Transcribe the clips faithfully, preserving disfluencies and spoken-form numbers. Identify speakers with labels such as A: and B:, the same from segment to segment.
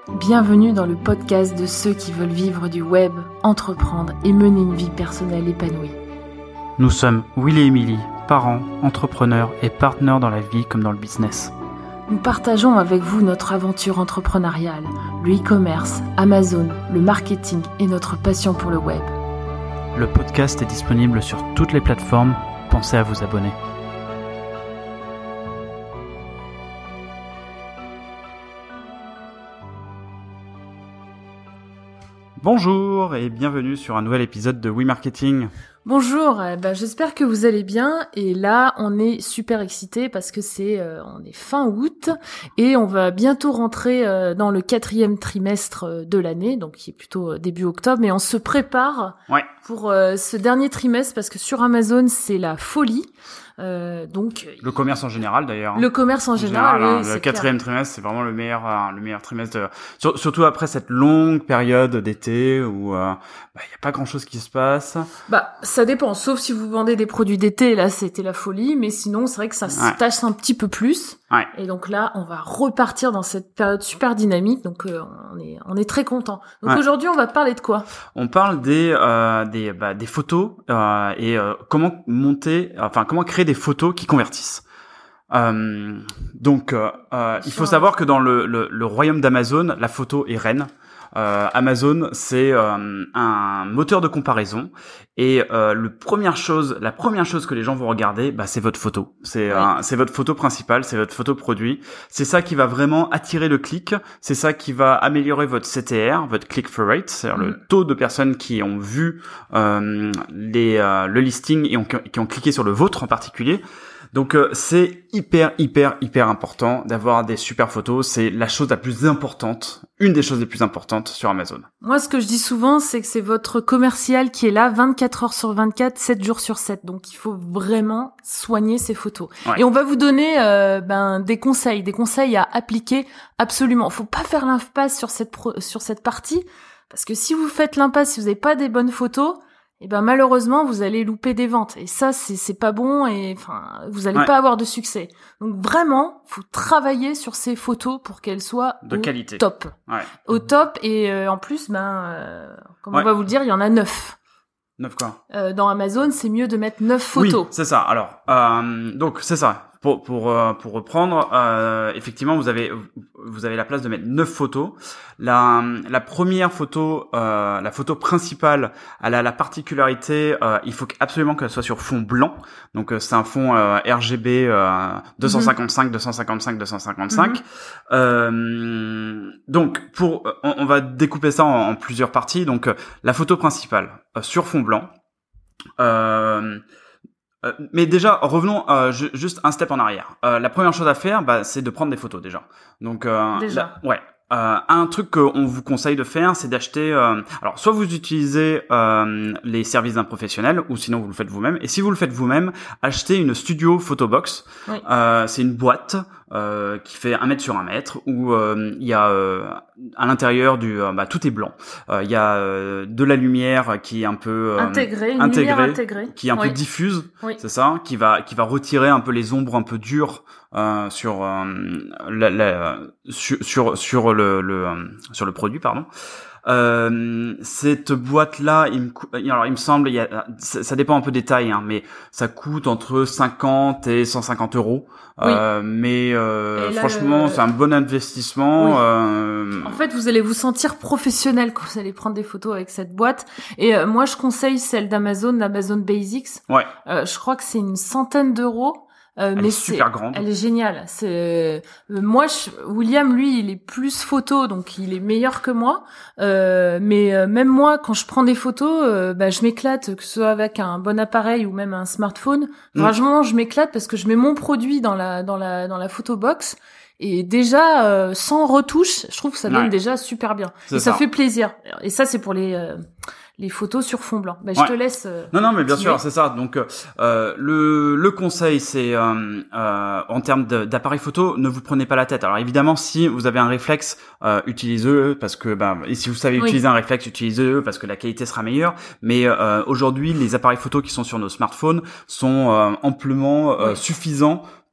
A: Bienvenue dans le podcast de ceux qui veulent vivre du web, entreprendre et mener une vie personnelle épanouie.
B: Nous sommes Will et Emily, parents, entrepreneurs et partenaires dans la vie comme dans le business.
A: Nous partageons avec vous notre aventure entrepreneuriale, le e-commerce, Amazon, le marketing et notre passion pour le web.
B: Le podcast est disponible sur toutes les plateformes, pensez à vous abonner. Bonjour et bienvenue sur un nouvel épisode de We Marketing.
A: Bonjour, eh ben, j'espère que vous allez bien et là on est super excités parce que c'est euh, on est fin août et on va bientôt rentrer euh, dans le quatrième trimestre euh, de l'année, donc qui est plutôt euh, début octobre, mais on se prépare
B: ouais.
A: pour euh, ce dernier trimestre parce que sur Amazon c'est la folie. Euh, donc
B: le commerce en général d'ailleurs.
A: Le commerce en, en général,
B: général
A: oui,
B: hein, le
A: c'est
B: quatrième
A: clair.
B: trimestre, c'est vraiment le meilleur, euh, le meilleur trimestre. De... Sur, surtout après cette longue période d'été où il euh, bah, y a pas grand chose qui se passe.
A: Bah ça dépend, sauf si vous vendez des produits d'été, là c'était la folie, mais sinon c'est vrai que ça se
B: ouais.
A: tasse un petit peu plus.
B: Ouais.
A: Et donc là, on va repartir dans cette période super dynamique, donc euh, on est on est très content. Donc
B: ouais.
A: aujourd'hui, on va parler de quoi ?
B: On parle des euh, des bah, des photos euh, et euh, comment monter, enfin comment créer des photos qui convertissent. Euh, donc, euh, euh, il faut savoir que dans le, le, le royaume d'Amazon, la photo est reine. Euh, Amazon, c'est euh, un moteur de comparaison et euh, le première chose, la première chose que les gens vont regarder, bah, c'est votre photo. C'est,
A: oui.
B: euh, c'est votre photo principale, c'est votre photo produit. C'est ça qui va vraiment attirer le clic. C'est ça qui va améliorer votre C T R, votre click-through rate, c'est-à-dire mmh. le taux de personnes qui ont vu euh, les, euh, le listing et ont, qui ont cliqué sur le vôtre en particulier. Donc euh, c'est hyper hyper hyper important d'avoir des super photos, c'est la chose la plus importante, une des choses les plus importantes sur Amazon.
A: Moi ce que je dis souvent c'est que c'est votre commercial qui est là vingt-quatre heures sur vingt-quatre, sept jours sur sept. Donc il faut vraiment soigner ces photos.
B: Ouais.
A: Et on va vous donner euh, ben des conseils, des conseils à appliquer absolument. Faut pas faire l'impasse sur cette pro- sur cette partie parce que si vous faites l'impasse, si vous n'avez pas des bonnes photos, et ben malheureusement vous allez louper des ventes et ça c'est c'est pas bon et enfin vous allez
B: ouais.
A: pas avoir de succès. Donc vraiment, faut travailler sur ces photos pour qu'elles soient
B: de
A: au
B: qualité.
A: Top.
B: Ouais.
A: Au top et euh, en plus ben euh, comme
B: ouais.
A: on va vous le dire, il y en a neuf.
B: Neuf quoi.
A: Euh, dans Amazon, c'est mieux de mettre neuf photos.
B: Oui, c'est ça. Alors euh, donc c'est ça. Pour pour euh, pour reprendre, euh, effectivement, vous avez vous avez la place de mettre neuf photos. La la première photo, euh, la photo principale, elle a la particularité, euh, il faut absolument qu'elle soit sur fond blanc. Donc euh, c'est un fond euh, R G B euh, deux cent cinquante-cinq, deux cent cinquante-cinq, deux cent cinquante-cinq. Mm-hmm. Euh, donc pour on, on va découper ça en, en plusieurs parties. Donc euh, la photo principale euh, sur fond blanc. Euh, Euh, mais déjà, revenons euh, ju- juste un step en arrière. Euh, la première chose à faire, bah, c'est de prendre des photos déjà. Donc, euh,
A: déjà.
B: La, ouais. Euh, un truc qu'on vous conseille de faire, c'est d'acheter. Euh, alors, soit vous utilisez euh, les services d'un professionnel, ou sinon vous le faites vous-même. Et si vous le faites vous-même, achetez une Studio Photobox. Oui. Euh, c'est une boîte euh, qui fait un mètre sur un mètre, où il euh, y a euh, à l'intérieur du, euh, bah, tout est blanc. Il euh, y a euh, de la lumière qui est un peu euh,
A: intégrée, une
B: intégrée,
A: lumière intégrée,
B: qui est un
A: oui.
B: peu diffuse,
A: oui.
B: c'est ça, qui va qui va retirer un peu les ombres un peu dures euh, sur euh, la, la, sur sur sur le, le sur le produit, pardon. Euh, cette boîte là, il me cou... alors il me semble, il y a, ça, ça dépend un peu des tailles, hein, mais ça coûte entre cinquante et cent cinquante euros. Oui. Euh, mais euh, là, franchement, le... c'est un bon investissement.
A: Oui.
B: Euh...
A: En fait, vous allez vous sentir professionnel quand vous allez prendre des photos avec cette boîte. Et euh, moi, je conseille celle d'Amazon, l'Amazon Basics.
B: Ouais.
A: Euh, je crois que c'est une centaine d'euros. Euh,
B: elle
A: mais
B: est super grande.
A: Elle est géniale. C'est euh, moi, je, William, lui, il est plus photo, donc il est meilleur que moi. Euh, mais euh, même moi, quand je prends des photos, euh, bah, je m'éclate, que ce soit avec un bon appareil ou même un smartphone. Mm. Franchement, je m'éclate parce que je mets mon produit dans la dans la dans la photo box. Et déjà, euh, sans retouche, je trouve que ça donne ouais. déjà super bien. C'est et ça. ça fait plaisir. Et ça, c'est pour les euh, les photos sur fond blanc. Ben, je
B: ouais.
A: te laisse. Euh,
B: non, non, mais bien sûr, c'est ça. Donc, euh, le le conseil, c'est euh, euh, en termes de, d'appareil photo, ne vous prenez pas la tête. Alors évidemment, si vous avez un réflexe, euh, utilisez-le parce que, ben, et si vous savez oui. utiliser un réflexe, utilisez-le parce que la qualité sera meilleure. Mais euh, aujourd'hui, les appareils photo qui sont sur nos smartphones sont euh, amplement euh, oui. suffisants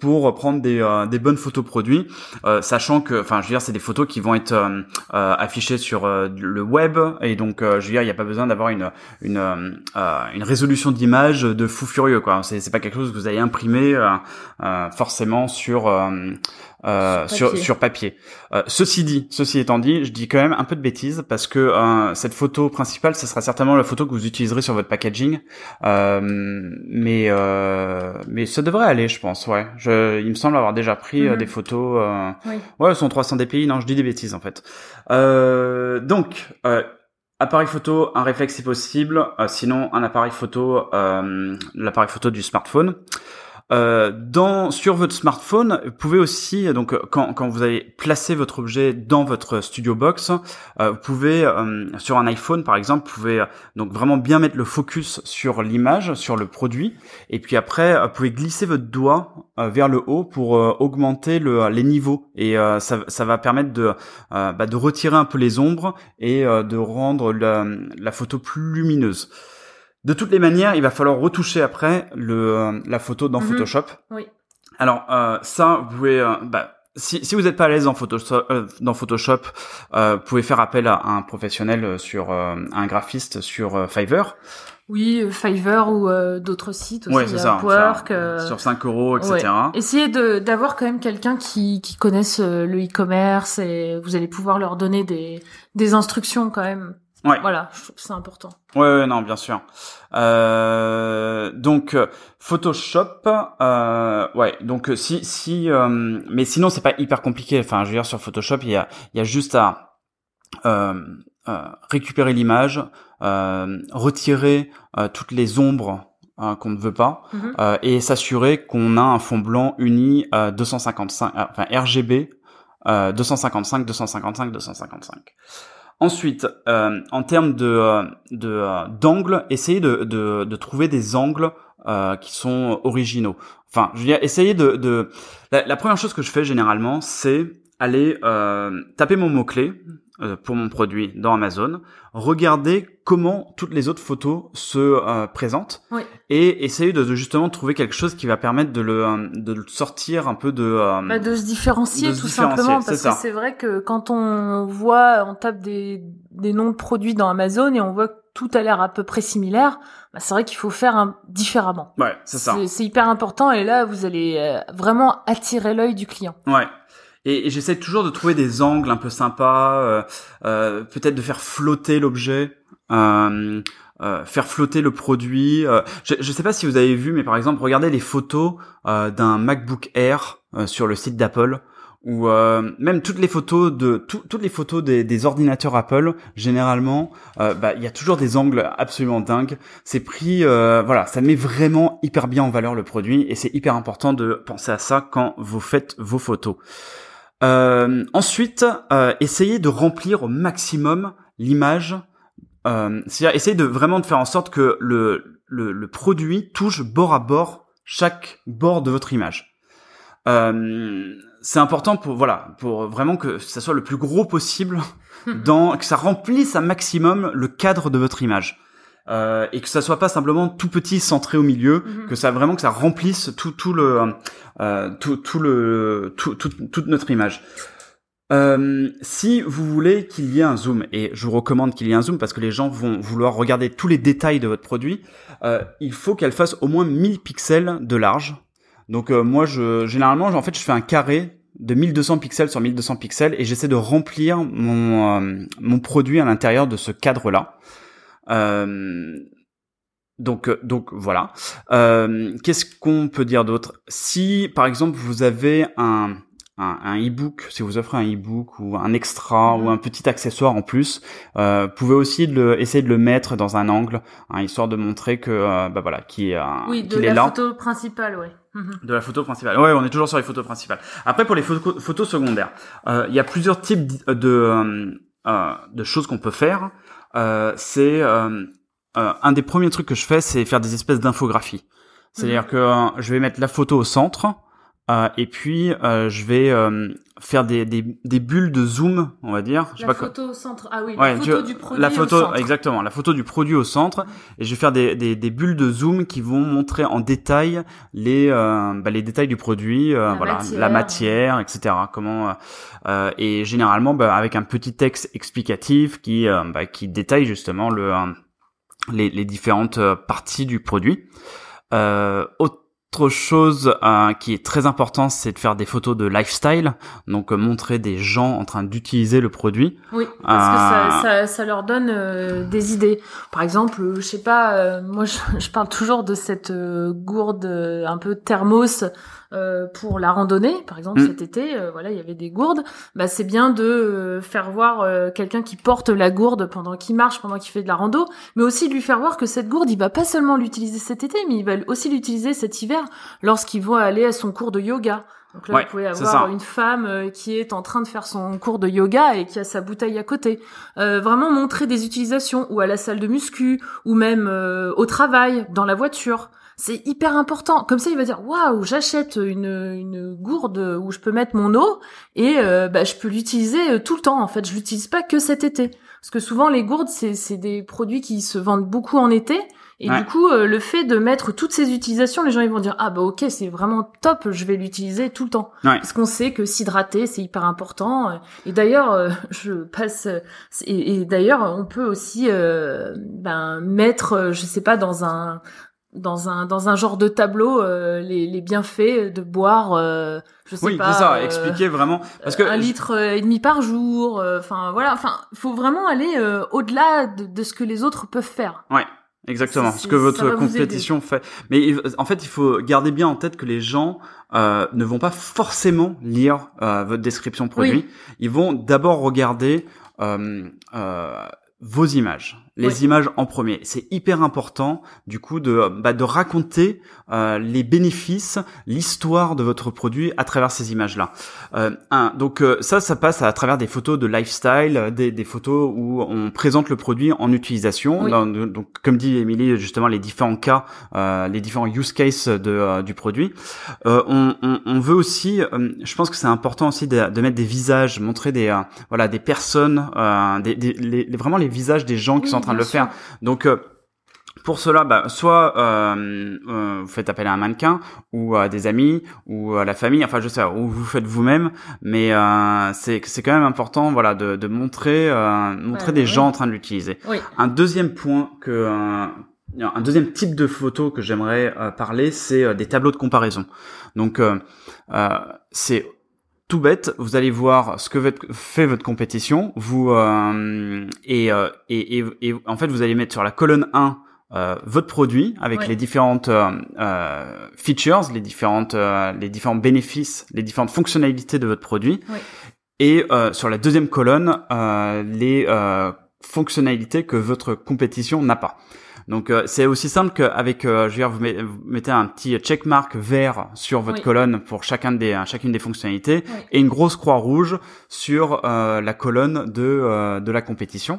B: pour prendre des euh, des bonnes photos produits, euh, sachant que, enfin, je veux dire, c'est des photos qui vont être euh, euh, affichées sur euh, le web, et donc, euh, je veux dire, il n'y a pas besoin d'avoir une une euh, une résolution d'image de fou furieux, quoi. C'est c'est pas quelque chose que vous allez imprimer euh, euh, forcément sur euh, Euh, sur papier. Sur, sur papier. Euh, ceci dit, ceci étant dit, je dis quand même un peu de bêtises parce que euh, cette photo principale, ce sera certainement la photo que vous utiliserez sur votre packaging, euh, mais euh, mais ça devrait aller, je pense. Ouais, je, il me semble avoir déjà pris mm-hmm. euh, des photos. Euh, oui. Ouais, elles sont trois cents D P I. Non, je dis des bêtises en fait. Euh, donc. Euh, Appareil photo, un réflexe si possible, euh, sinon un appareil photo, euh, l'appareil photo du smartphone. Euh, dans sur votre smartphone, vous pouvez aussi, donc quand quand vous allez placer votre objet dans votre Studio Box, euh, vous pouvez euh, sur un iPhone par exemple, vous pouvez euh, donc vraiment bien mettre le focus sur l'image, sur le produit, et puis après vous pouvez glisser votre doigt euh, vers le haut pour euh, augmenter le les niveaux, et euh, ça ça va permettre de euh, bah, de retirer un peu les ombres et euh, de rendre la, la photo plus lumineuse. De toutes les manières, il va falloir retoucher après le la photo dans mmh. Photoshop.
A: Oui.
B: Alors euh, ça, vous pouvez, euh, bah, si si vous n'êtes pas à l'aise dans Photoshop, euh, dans Photoshop, euh, vous pouvez faire appel à un professionnel sur euh, un graphiste sur euh, Fiverr.
A: Oui, Fiverr ou euh, d'autres sites aussi,
B: ouais, c'est ça,
A: Upwork,
B: ça,
A: euh...
B: sur cinq euros, et cetera.
A: Ouais. Essayez de d'avoir quand même quelqu'un qui qui connaisse le e-commerce, et vous allez pouvoir leur donner des des instructions quand même.
B: Ouais.
A: Voilà, je trouve que c'est important.
B: Ouais, ouais, non, bien sûr. Euh, donc Photoshop, euh, ouais. Donc si, si, euh, mais sinon c'est pas hyper compliqué. Enfin, je veux dire, sur Photoshop, il y a, il y a juste à euh, euh, récupérer l'image, euh, retirer euh, toutes les ombres euh, qu'on ne veut pas, mm-hmm. euh, et s'assurer qu'on a un fond blanc uni à deux cent cinquante-cinq, euh, enfin R G B, euh, deux cent cinquante-cinq, deux cent cinquante-cinq, deux cent cinquante-cinq. Ensuite, euh, en termes de de euh, d'angles, essayez de, de de trouver des angles euh, qui sont originaux. Enfin, je veux dire, essayez de de la, la première chose que je fais généralement, c'est aller euh, taper mon mot-clé euh, pour mon produit dans Amazon, regarder comment toutes les autres photos se euh, présentent,
A: oui.
B: et essayer de, de justement trouver quelque chose qui va permettre de le de le sortir un peu de euh,
A: bah de se différencier
B: de se
A: tout
B: différencier,
A: simplement, parce
B: c'est
A: que
B: ça.
A: c'est vrai que quand on voit, on tape des des noms de produits dans Amazon et on voit que tout a l'air à peu près similaire, bah c'est vrai qu'il faut faire un différemment.
B: Ouais, c'est ça.
A: C'est, c'est hyper important, et là vous allez euh, vraiment attirer l'œil du client.
B: Ouais. Et, et j'essaie toujours de trouver des angles un peu sympas, euh, euh, peut-être de faire flotter l'objet, euh, euh, faire flotter le produit. Euh, je ne sais pas si vous avez vu, mais par exemple, regardez les photos euh, d'un MacBook Air euh, sur le site d'Apple, ou euh, même toutes les photos de tout, toutes les photos des, des ordinateurs Apple. Généralement, euh, bah il y a toujours des angles absolument dingues. C'est pris, euh, voilà, ça met vraiment hyper bien en valeur le produit, et c'est hyper important de penser à ça quand vous faites vos photos. Euh, ensuite, euh, essayez de remplir au maximum l'image. Euh, c'est-à-dire, essayez de vraiment de faire en sorte que le, le, le produit touche bord à bord chaque bord de votre image. Euh, c'est important pour voilà pour vraiment que ça soit le plus gros possible, dans que ça remplisse un maximum le cadre de votre image. Euh, et que ça soit pas simplement tout petit centré au milieu, mm-hmm. que ça vraiment que ça remplisse tout tout le euh, tout tout le tout, tout toute notre image. Euh, si vous voulez qu'il y ait un zoom, et je vous recommande qu'il y ait un zoom parce que les gens vont vouloir regarder tous les détails de votre produit, euh, il faut qu'elle fasse au moins mille pixels de large. Donc euh, moi je généralement en fait je fais un carré de mille deux cents pixels sur mille deux cents pixels, et j'essaie de remplir mon euh, mon produit à l'intérieur de ce cadre-là. Euh, donc donc voilà. Euh, qu'est-ce qu'on peut dire d'autre? Si par exemple vous avez un un, un e-book, si vous offrez un e-book ou un extra ou un petit accessoire en plus, euh, vous pouvez aussi le, essayer de le mettre dans un angle, hein, histoire de montrer que euh, bah voilà, qu'il est, euh,
A: oui,
B: qu'il
A: est
B: là.
A: De la photo principale, ouais.
B: De la photo principale. Ouais, on est toujours sur les photos principales. Après, pour les photos, photos secondaires, euh, il y a plusieurs types de de, euh, de choses qu'on peut faire. Euh, c'est euh, euh, un des premiers trucs que je fais, c'est faire des espèces d'infographies. C'est-à-dire mmh. que euh, je vais mettre la photo au centre. Euh, et puis euh, je vais euh, faire des, des des bulles de zoom, on va dire. Je sais
A: la
B: pas
A: photo
B: quoi.
A: au centre. Ah oui,
B: Ouais,
A: la photo
B: tu,
A: du produit
B: la photo,
A: au centre.
B: exactement, la photo du produit au centre. Et je vais faire des des, des bulles de zoom qui vont montrer en détail les euh, bah, les détails du produit, euh,
A: La
B: voilà,
A: matière.
B: la matière, et cetera. Comment euh, euh, et généralement bah, avec un petit texte explicatif qui euh, bah, qui détaille justement le euh, les les différentes parties du produit. Euh, autre chose euh, qui est très important, c'est de faire des photos de lifestyle, donc euh, montrer des gens en train d'utiliser le produit.
A: Oui, parce que
B: Euh,
A: ça, ça, ça leur donne euh, des idées. Par exemple, euh, je sais pas, euh, moi je, je parle toujours de cette euh, gourde euh, un peu thermos euh, pour la randonnée. Par exemple,
B: Mm.
A: cet été, euh, voilà, il y avait des gourdes. Bah c'est bien de euh, faire voir euh, quelqu'un qui porte la gourde pendant qu'il marche, pendant qu'il fait de la rando, mais aussi de lui faire voir que cette gourde, il va pas seulement l'utiliser cet été, mais il va aussi l'utiliser cet hiver lorsqu'il va aller à son cours de yoga. Donc là,
B: Ouais,
A: vous pouvez
B: c'est
A: avoir
B: ça.
A: une femme euh, qui est en train de faire son cours de yoga et qui a sa bouteille à côté. Euh, vraiment montrer des utilisations, ou à la salle de muscu, ou même euh, au travail, dans la voiture. C'est hyper important. Comme ça, il va dire waouh, j'achète une une gourde où je peux mettre mon eau et euh, bah je peux l'utiliser euh, tout le temps. En fait, je l'utilise pas que cet été. Parce que souvent les gourdes, c'est c'est des produits qui se vendent beaucoup en été. Et
B: Ouais.
A: du coup, euh, le fait de mettre toutes ces utilisations, les gens ils vont dire ah bah ok, c'est vraiment top, je vais l'utiliser tout le temps.
B: Ouais.
A: Parce qu'on sait que s'hydrater c'est hyper important. Et d'ailleurs, euh, je passe et, et d'ailleurs on peut aussi euh, ben mettre, euh, je sais pas, dans un dans un dans un genre de tableau euh, les, les bienfaits de boire euh, je sais
B: Oui,
A: pas
B: c'est ça.
A: euh,
B: Expliquer vraiment parce que
A: un litre et demi par jour, enfin euh, voilà, enfin faut vraiment aller euh, au-delà de, de ce que les autres peuvent faire.
B: ouais. Exactement,
A: C'est-
B: ce que
A: ça
B: votre
A: va vous
B: compétition fait. Mais il- en fait, il faut garder bien en tête que les gens euh, ne vont pas forcément lire euh, votre description produit.
A: Oui.
B: Ils vont d'abord regarder euh, euh, vos images, les
A: Oui.
B: images en premier. C'est hyper important, du coup, de bah, de raconter euh, les bénéfices, l'histoire de votre produit à travers ces images-là. Euh, un, donc euh, ça, ça passe à travers des photos de lifestyle, des, des photos où on présente le produit en utilisation.
A: Oui.
B: Dans, donc, comme dit Émilie, justement, les différents cas, euh, les différents use cases de, euh, du produit. Euh, on, on, on veut aussi, euh, je pense que c'est important aussi de, de mettre des visages, montrer des, euh, voilà, des personnes, euh, des, des, les, vraiment les visages des gens qui
A: Oui,
B: sont en train de le
A: bien sûr.
B: faire. Donc euh, pour cela, bah, soit euh, euh, vous faites appel à un mannequin, ou à des amis, ou à la famille, enfin je sais, ou vous faites vous-même, mais euh, c'est c'est quand même important, voilà, de, de montrer euh, montrer
A: Ouais,
B: des
A: ouais,
B: gens
A: ouais.
B: en train de l'utiliser.
A: Oui.
B: Un deuxième point que euh, un deuxième type de photo que j'aimerais euh, parler, c'est euh, des tableaux de comparaison. Donc euh, euh, c'est tout bête, vous allez voir ce que votre, fait votre compétition, vous euh, et, euh, et, et, et en fait vous allez mettre sur la colonne un euh, votre produit avec
A: Ouais.
B: les différentes euh, euh, features, les différentes euh, les différents bénéfices, les différentes fonctionnalités de votre produit,
A: Ouais.
B: et euh, sur la deuxième colonne euh, les euh, fonctionnalités que votre compétition n'a pas. Donc euh, c'est aussi simple qu'avec, euh, je veux dire, vous, met, vous mettez un petit checkmark vert sur votre
A: Oui.
B: colonne pour chacun des, chacune des fonctionnalités,
A: Oui.
B: et une grosse croix rouge sur euh, la colonne de euh, de la compétition.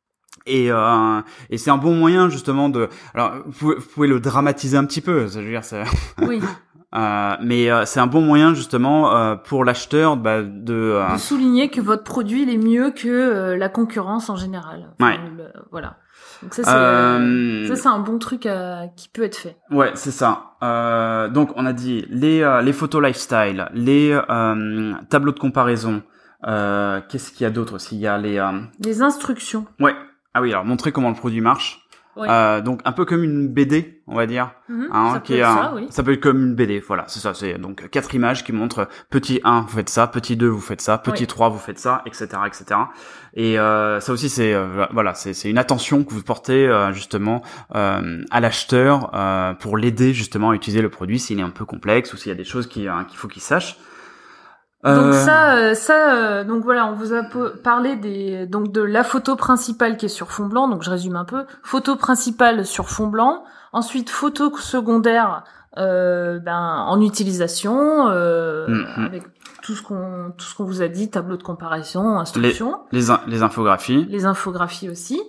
B: Et, euh, et c'est un bon moyen justement de. Alors vous pouvez, vous pouvez le dramatiser un petit peu, je veux dire, c'est.
A: Oui.
B: Euh, mais euh, c'est un bon moyen justement euh, pour l'acheteur bah, de. Euh...
A: De souligner que votre produit il est mieux que euh, la concurrence en général. Enfin,
B: Ouais.
A: le- voilà. Donc ça c'est
B: Euh...
A: euh, ça c'est un bon truc à, qui peut être fait.
B: Ouais, c'est ça. Euh, donc on a dit les euh, les photos lifestyle, les euh, tableaux de comparaison. Euh, Qu'est-ce qu'il y a d'autre aussi? Il y a les. Euh...
A: Les instructions.
B: Ouais. Ah oui, alors montrer comment le produit marche.
A: Oui.
B: Euh, donc un peu comme une B D, on va dire.
A: Mhm,
B: Hein,
A: ça
B: qui
A: peut
B: est
A: être
B: un-
A: ça, oui.
B: ça peut être comme une B D, voilà, c'est ça, c'est donc quatre images qui montrent petit un, vous faites ça, petit deux, vous faites ça, petit
A: Oui.
B: trois, vous faites ça, et cetera, et cetera. Et euh, ça aussi, c'est euh, voilà, c'est c'est une attention que vous portez euh, justement euh, à l'acheteur euh, pour l'aider justement à utiliser le produit s'il est un peu complexe ou s'il y a des choses qui, euh, qu'il faut qu'il sache.
A: Donc
B: Euh,
A: ça, euh, ça, euh, donc voilà, on vous a po- parlé des, donc de la photo principale qui est sur fond blanc. Donc je résume un peu. Photo principale sur fond blanc. Ensuite, photo secondaire, euh, ben en utilisation, euh,
B: Mhm.
A: avec tout ce qu'on, tout ce qu'on vous a dit, tableau de comparaison, instructions,
B: les, in- les infographies.
A: les infographies aussi.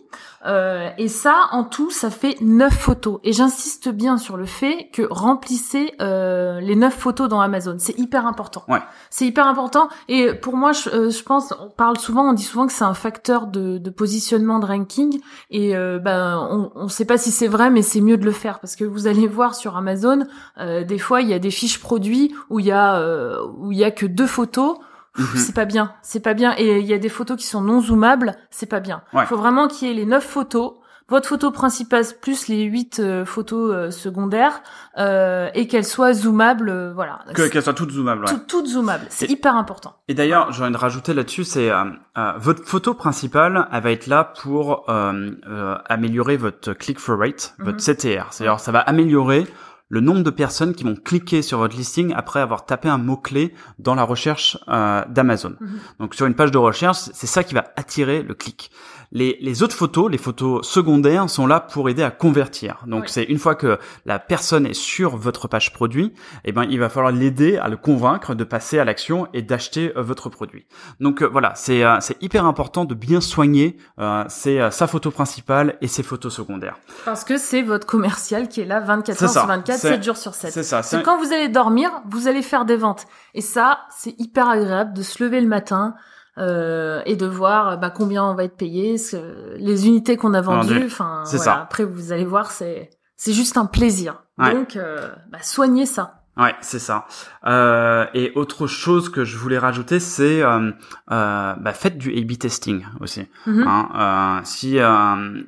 A: Euh, et ça, en tout, ça fait neuf photos. Et j'insiste bien sur le fait que remplissez euh, les neuf photos dans Amazon. C'est hyper important.
B: Ouais.
A: C'est hyper important. Et pour moi, je, euh, je pense, on parle souvent, on dit souvent que c'est un facteur de, de positionnement, de ranking. Et euh, ben, on, on sait pas si c'est vrai, mais c'est mieux de le faire parce que vous allez voir sur Amazon, euh, des fois, il y a des fiches produits où il y a euh, où il y a que deux photos. Pff, c'est pas bien, c'est pas bien. Et il y a des photos qui sont non zoomables, c'est pas bien. Il ouais. faut vraiment qu'il y ait les neuf photos, votre photo principale plus les huit euh, photos euh, secondaires, euh, et qu'elles soient zoomables, euh, voilà.
B: Que, qu'elles soient toutes zoomables, ouais.
A: Tout, toutes zoomables, c'est et, hyper important.
B: Et d'ailleurs, j'ai envie de rajouter là-dessus, c'est euh, euh, votre photo principale, elle va être là pour euh, euh, améliorer votre click-through rate, mm-hmm. votre C T R. C'est-à-dire, ça va améliorer le nombre de personnes qui vont cliquer sur votre listing après avoir tapé un mot-clé dans la recherche euh, d'Amazon. Mmh. Donc sur une page de recherche, c'est ça qui va attirer le clic. Les, les autres photos, les photos secondaires, sont là pour aider à convertir. Donc oui. c'est une fois que la personne est sur votre page produit, eh ben il va falloir l'aider à le convaincre de passer à l'action et d'acheter euh, votre produit. Donc euh, voilà, c'est euh, c'est hyper important de bien soigner euh, c'est euh, sa photo principale et ses photos secondaires. Parce
A: que c'est votre commercial qui est là vingt-quatre heures sur vingt-quatre, sept jours sur sept.
B: C'est ça.
A: C'est quand vous allez dormir, vous allez faire des ventes. Et ça, c'est hyper agréable de se lever le matin. Euh, et de voir bah, combien on va être payé, ce, les unités qu'on a vendues. Enfin,
B: c'est
A: voilà.
B: ça.
A: Après, vous allez voir, c'est c'est juste un plaisir. Ouais. Donc, euh, bah, soignez ça.
B: Ouais, c'est ça. Euh, et autre chose que je voulais rajouter, c'est euh, euh, bah, faites du A B testing aussi. Mm-hmm. Hein, euh, si euh,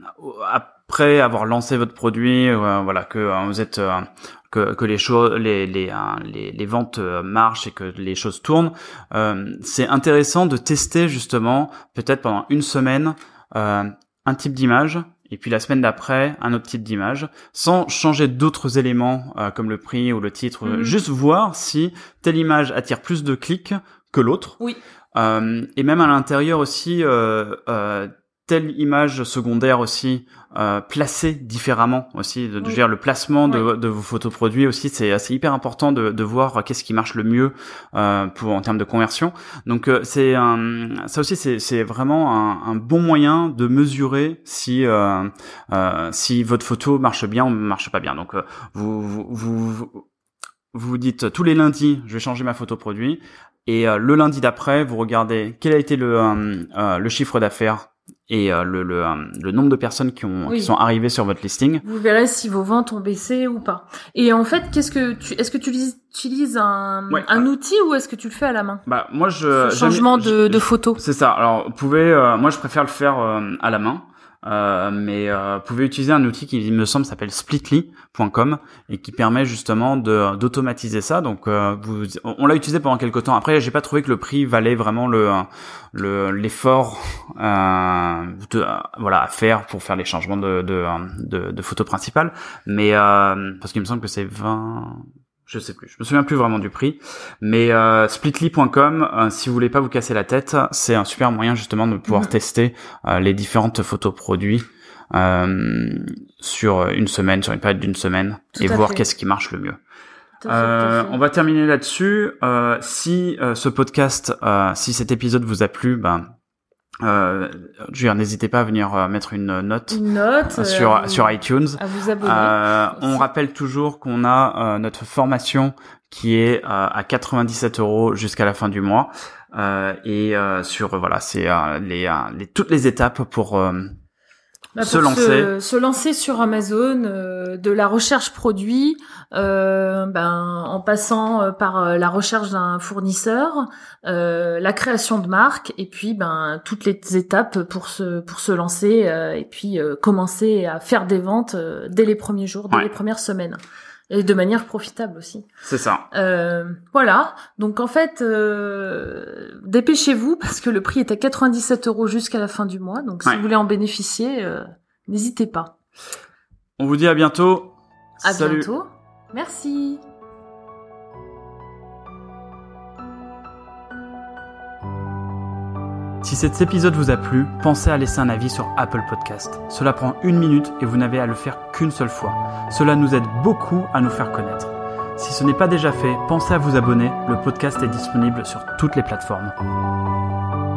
B: après avoir lancé votre produit, euh, voilà, que euh, vous êtes euh, que que les choses les les euh, les, les ventes marchent et que les choses tournent, euh, c'est intéressant de tester justement peut-être pendant une semaine euh, un type d'image et puis la semaine d'après un autre type d'image sans changer d'autres éléments euh, comme le prix ou le titre, mmh. juste voir si telle image attire plus de clics que l'autre.
A: Oui.
B: Euh, et même à l'intérieur aussi euh, euh, telle image secondaire aussi euh, placée différemment aussi de, de oui. dire le placement de, oui. de vos photos produits aussi c'est c'est hyper important de de voir qu'est-ce qui marche le mieux euh, pour en termes de conversion. Donc euh, c'est un ça aussi c'est c'est vraiment un, un bon moyen de mesurer si euh, euh, si votre photo marche bien ou marche pas bien. Donc euh, vous vous vous vous vous dites tous les lundis je vais changer ma photo produit et euh, le lundi d'après vous regardez quel a été le euh, euh, le chiffre d'affaires et euh, le, le, le nombre de personnes qui ont oui. qui sont arrivées sur votre listing.
A: Vous verrez si vos ventes ont baissé ou pas. Et en fait, qu'est-ce que tu est-ce que tu utilises un ouais. un outil ou est-ce que tu le fais à la main?
B: Bah moi je
A: Ce changement de de photo.
B: C'est ça. Alors vous pouvez euh, moi je préfère le faire euh, à la main. Euh, mais euh, vous pouvez utiliser un outil qui il me semble s'appelle splitly point com et qui permet justement de d'automatiser ça. Donc euh, vous, on l'a utilisé pendant quelques temps. Après j'ai pas trouvé que le prix valait vraiment le le l'effort euh, de, voilà à faire pour faire les changements de de de, de photo principale. Mais euh, parce qu'il me semble que c'est vingt je sais plus, je me souviens plus vraiment du prix, mais euh, splitly point com, euh, si vous voulez pas vous casser la tête, c'est un super moyen justement de pouvoir mmh. tester euh, les différentes photos produits euh, sur une semaine, sur une période d'une semaine, Tout et voir fait. qu'est-ce qui marche le mieux. Euh, on va terminer là-dessus. Euh, si euh, ce podcast, euh, si cet épisode vous a plu, ben Euh, je veux dire, n'hésitez pas à venir euh, mettre une note,
A: une note
B: euh, sur
A: vous,
B: sur iTunes.
A: À vous abonner.
B: Euh, on rappelle toujours qu'on a euh, notre formation qui est euh, à quatre-vingt-dix-sept euros jusqu'à la fin du mois euh, et euh, sur voilà, c'est euh, les, euh, les toutes les étapes pour euh,
A: Bah
B: se
A: pour
B: lancer
A: se, se lancer sur Amazon, euh, de la recherche produit, euh, ben en passant euh, par euh, la recherche d'un fournisseur, euh, la création de marque et puis ben toutes les étapes pour se pour se lancer euh, et puis euh, commencer à faire des ventes euh, dès les premiers jours, dès ouais. les premières semaines. Et de manière profitable aussi.
B: C'est ça.
A: Euh, voilà. Donc en fait, euh, dépêchez-vous parce que le prix est à quatre-vingt-dix-sept euros jusqu'à la fin du mois. Donc si ouais. vous voulez en bénéficier, euh, n'hésitez pas.
B: On vous dit à bientôt.
A: À
B: Salut.
A: bientôt. Merci.
B: Si cet épisode vous a plu, pensez à laisser un avis sur Apple Podcast. Cela prend une minute et vous n'avez à le faire qu'une seule fois. Cela nous aide beaucoup à nous faire connaître. Si ce n'est pas déjà fait, pensez à vous abonner. Le podcast est disponible sur toutes les plateformes.